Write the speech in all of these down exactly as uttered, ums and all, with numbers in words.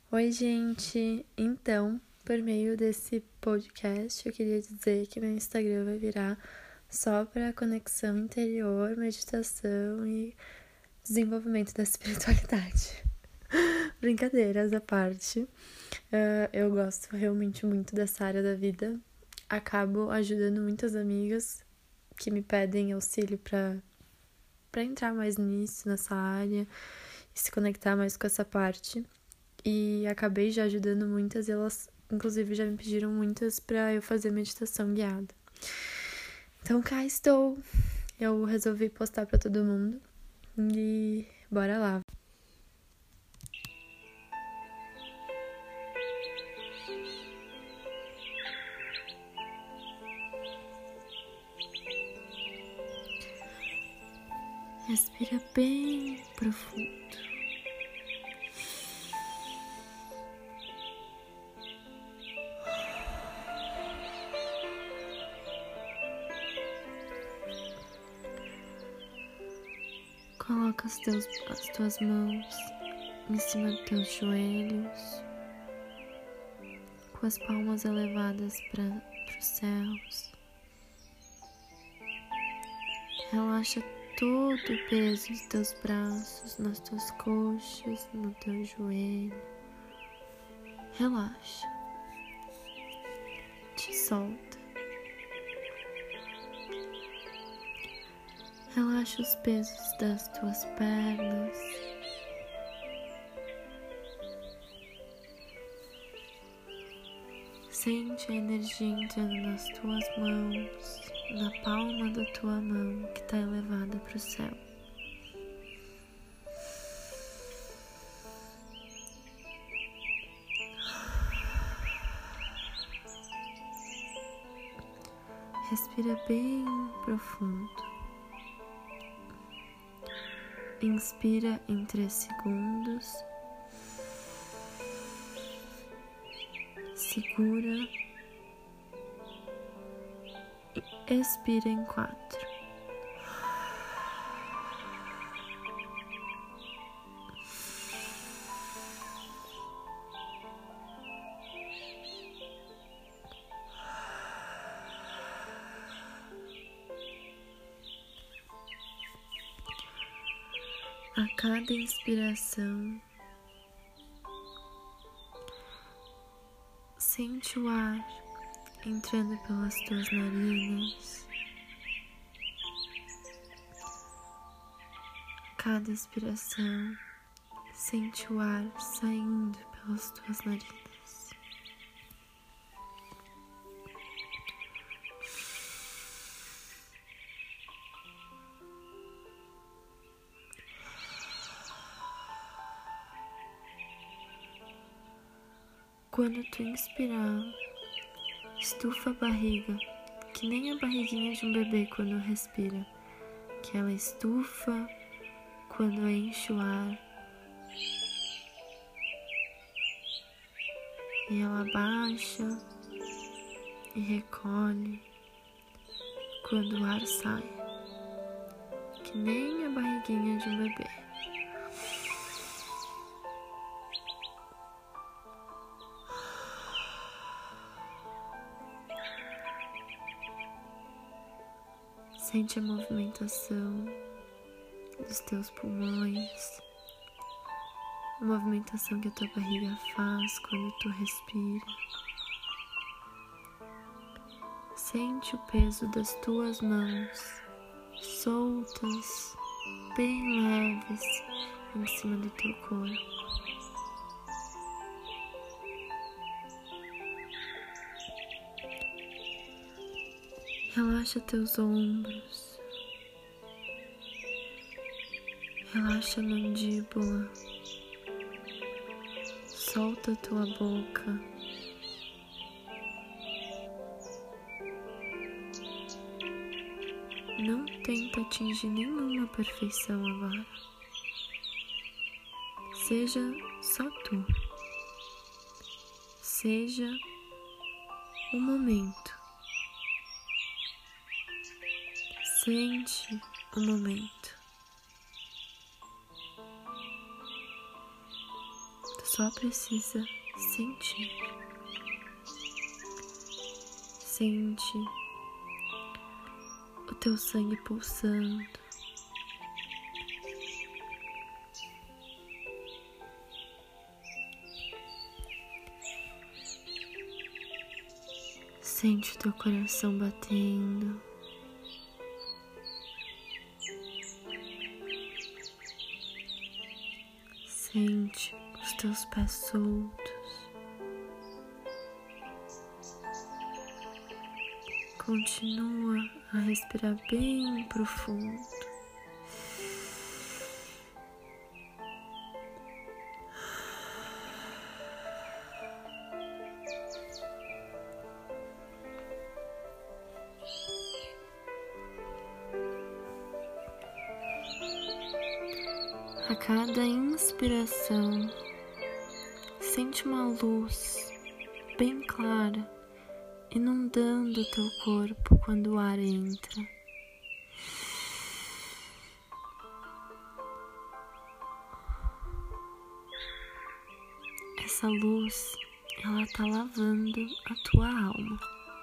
Oi, gente! Então, por meio desse podcast, eu queria dizer que meu Instagram vai virar só para conexão interior, meditação e desenvolvimento da espiritualidade. Brincadeiras à parte, uh, eu gosto realmente muito dessa área da vida. Acabo ajudando muitas amigas que me pedem auxílio para para entrar mais nisso, nessa área e se conectar mais com essa parte. E acabei já ajudando muitas, e elas inclusive já me pediram muitas para eu fazer meditação guiada. Então cá estou. Eu resolvi postar para todo mundo e bora lá. Respira bem profundo. Coloca as, teus, as tuas mãos em cima dos teus joelhos, com as palmas elevadas para os céus. Relaxa todo o peso dos teus braços, nas tuas coxas, no teu joelho. Relaxa. Te solta. Relaxa os pesos das tuas pernas. Sente a energia entrando nas tuas mãos, na palma da tua mão que está elevada para o céu. Respira bem profundo. Inspira em três segundos. Segura. E expira em quatro. A cada inspiração, sente o ar entrando pelas tuas narinas. A cada expiração, sente o ar saindo pelas tuas narinas. Quando tu inspirar, estufa a barriga, que nem a barriguinha de um bebê quando respira, que ela estufa quando enche o ar e ela baixa e recolhe quando o ar sai, que nem a barriguinha de um bebê. Sente a movimentação dos teus pulmões, a movimentação que a tua barriga faz quando tu respira. Sente o peso das tuas mãos soltas, bem leves em cima do teu corpo. Relaxa teus ombros, relaxa a mandíbula, solta a tua boca, não tenta atingir nenhuma perfeição agora, seja só tu, seja o momento. Sente o momento. Tu só precisa sentir. Sente o teu sangue pulsando. Sente o teu coração batendo. Sente os teus pés soltos. Continua a respirar bem profundo. A cada inspiração, sente uma luz bem clara inundando o teu corpo quando o ar entra. Essa luz, ela tá lavando a tua alma.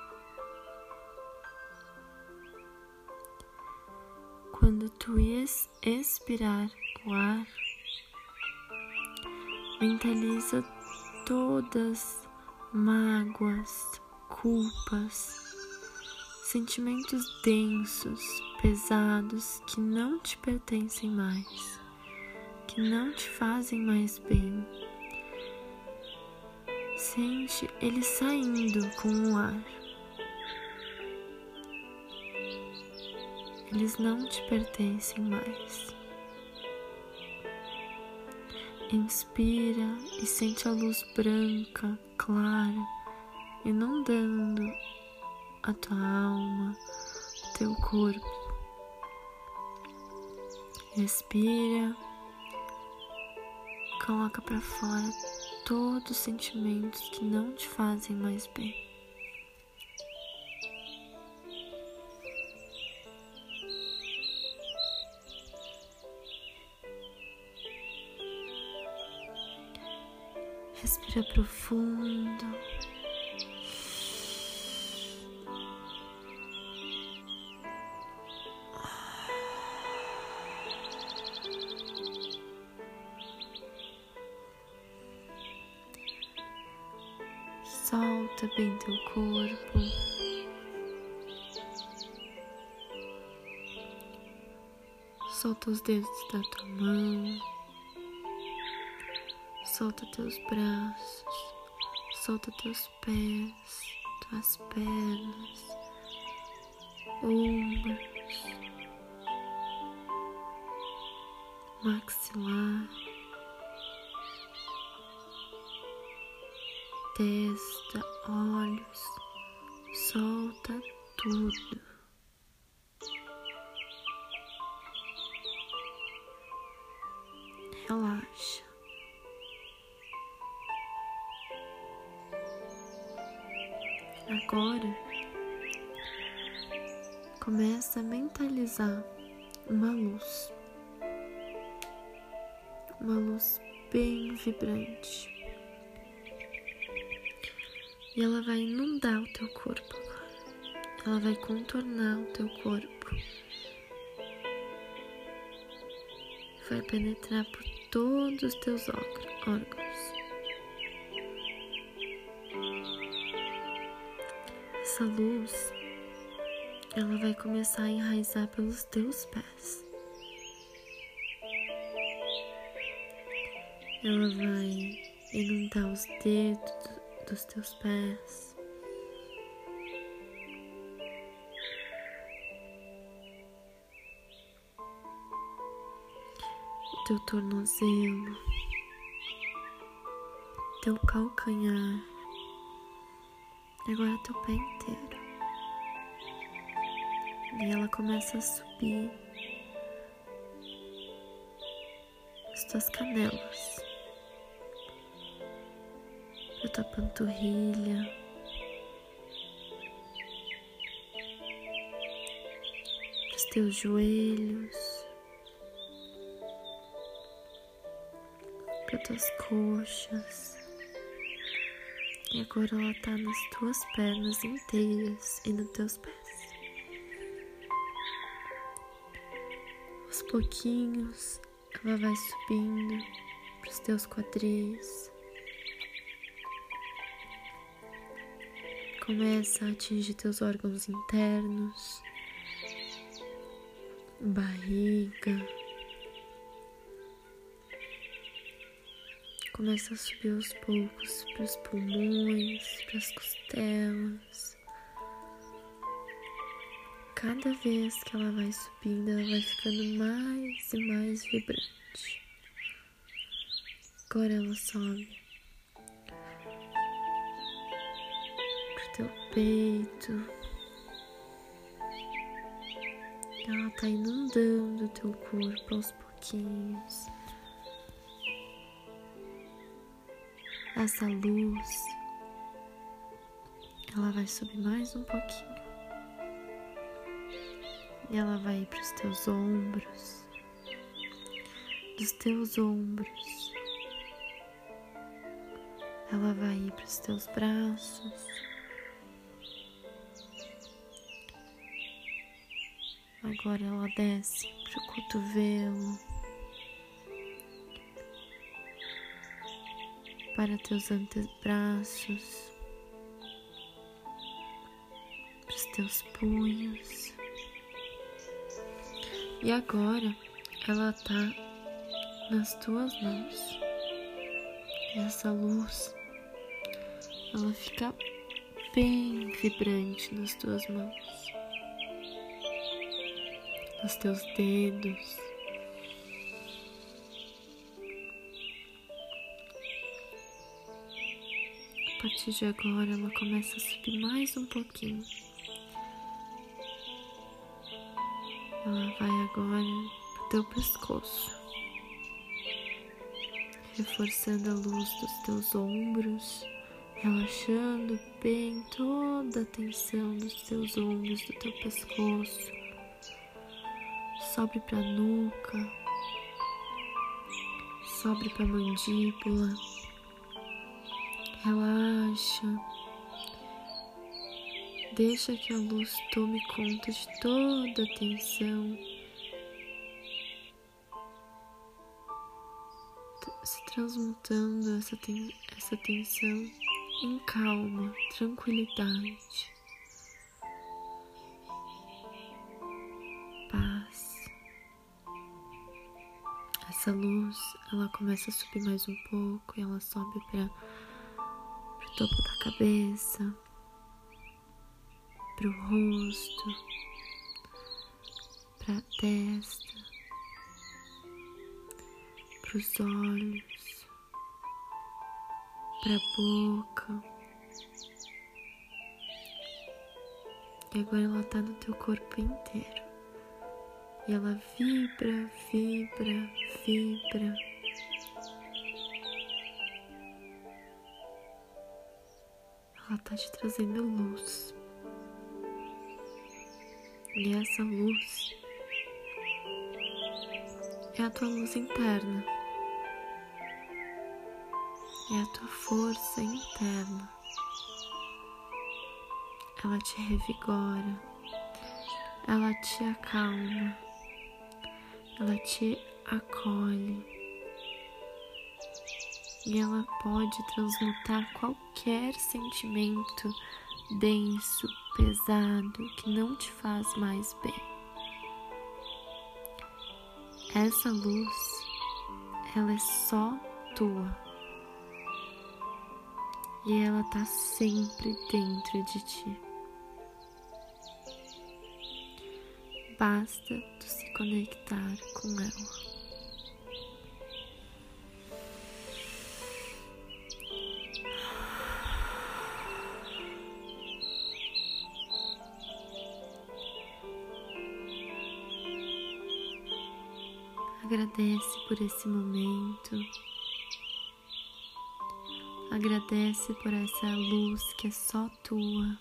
Quando tu ias expirar o ar, mentaliza todas mágoas, culpas, sentimentos densos, pesados que não te pertencem mais, que não te fazem mais bem. Sente eles saindo com o ar. Eles não te pertencem mais. Inspira e sente a luz branca, clara, inundando a tua alma, o teu corpo. Respira, coloca para fora todos os sentimentos que não te fazem mais bem. Respira profundo. Solta bem teu corpo. Solta os dedos da tua mão. Solta teus braços, solta teus pés, tuas pernas, ombros, maxilar, testa, olhos, solta tudo. Relaxa. Agora, começa a mentalizar uma luz, uma luz bem vibrante, e ela vai inundar o teu corpo agora, ela vai contornar o teu corpo, vai penetrar por todos os teus órgãos. Essa luz, ela vai começar a enraizar pelos teus pés. Ela vai inundar os dedos dos teus pés. O teu tornozelo, teu calcanhar. Agora teu pé inteiro. E ela começa a subir as tuas canelas, a tua panturrilha, os teus joelhos, para tuas coxas. E agora ela tá nas tuas pernas inteiras e nos teus pés. Aos pouquinhos, ela vai subindo pros teus quadris. Começa a atingir teus órgãos internos, barriga. Começa a subir aos poucos para os pulmões, para as costelas. Cada vez que ela vai subindo, ela vai ficando mais e mais vibrante. Agora ela sobe pro teu peito. Ela tá inundando o teu corpo aos pouquinhos. Essa luz, ela vai subir mais um pouquinho. E ela vai ir para os teus ombros. Dos teus ombros, ela vai ir para os teus braços. Agora ela desce para o cotovelo, para teus antebraços, para os teus punhos. E agora ela tá nas tuas mãos. E essa luz, ela fica bem vibrante nas tuas mãos, nos teus dedos. A partir de agora, ela começa a subir mais um pouquinho. Ela vai agora pro teu pescoço, reforçando a luz dos teus ombros, relaxando bem toda a tensão dos teus ombros, do teu pescoço. Sobe pra nuca, sobe pra mandíbula. Relaxa, deixa que a luz tome conta de toda a tensão, se transmutando essa, ten essa tensão em calma, tranquilidade, paz. Essa luz, ela começa a subir mais um pouco e ela sobe para topo da cabeça, pro rosto, pra testa, pros olhos, pra boca. E agora ela tá no teu corpo inteiro. E ela vibra, vibra, vibra. Ela tá te trazendo luz. E essa luz é a tua luz interna. É a tua força interna. Ela te revigora. Ela te acalma. Ela te acolhe. E ela pode transmutar qualquer sentimento denso, pesado, que não te faz mais bem. Essa luz, ela é só tua. E ela tá sempre dentro de ti. Basta tu se conectar com ela. Agradece por esse momento. Agradece por essa luz que é só tua.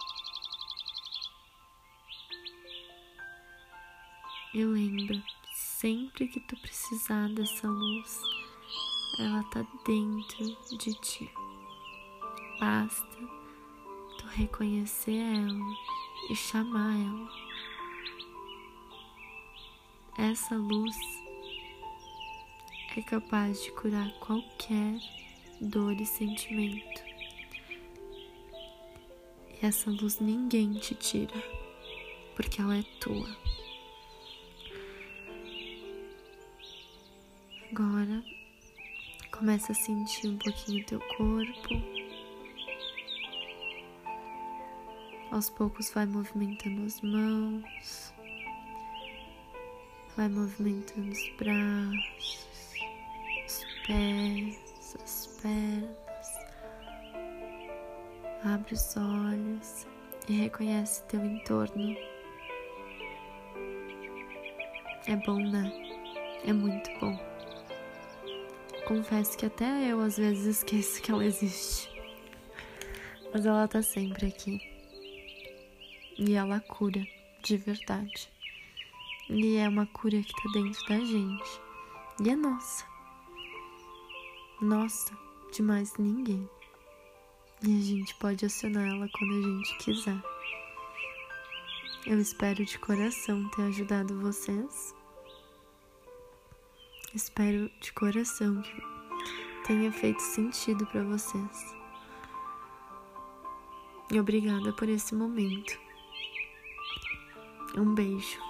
E lembra sempre que tu precisar dessa luz, ela tá dentro de ti. Basta tu reconhecer ela e chamar ela. Essa luz é capaz de curar qualquer dor e sentimento. E essa luz ninguém te tira, porque ela é tua. Agora, começa a sentir um pouquinho o teu corpo. Aos poucos vai movimentando as mãos, vai movimentando os braços, os pés, as pernas. Abre os olhos e reconhece teu entorno. É bom, né? É muito bom. Confesso que até eu às vezes esqueço que ela existe. Mas ela tá sempre aqui. E ela cura de verdade. E é uma cura que tá dentro da gente. E é nossa. Nossa, de mais ninguém. E a gente pode acionar ela quando a gente quiser. Eu espero de coração ter ajudado vocês. Espero de coração que tenha feito sentido para vocês. E obrigada por esse momento. Um beijo.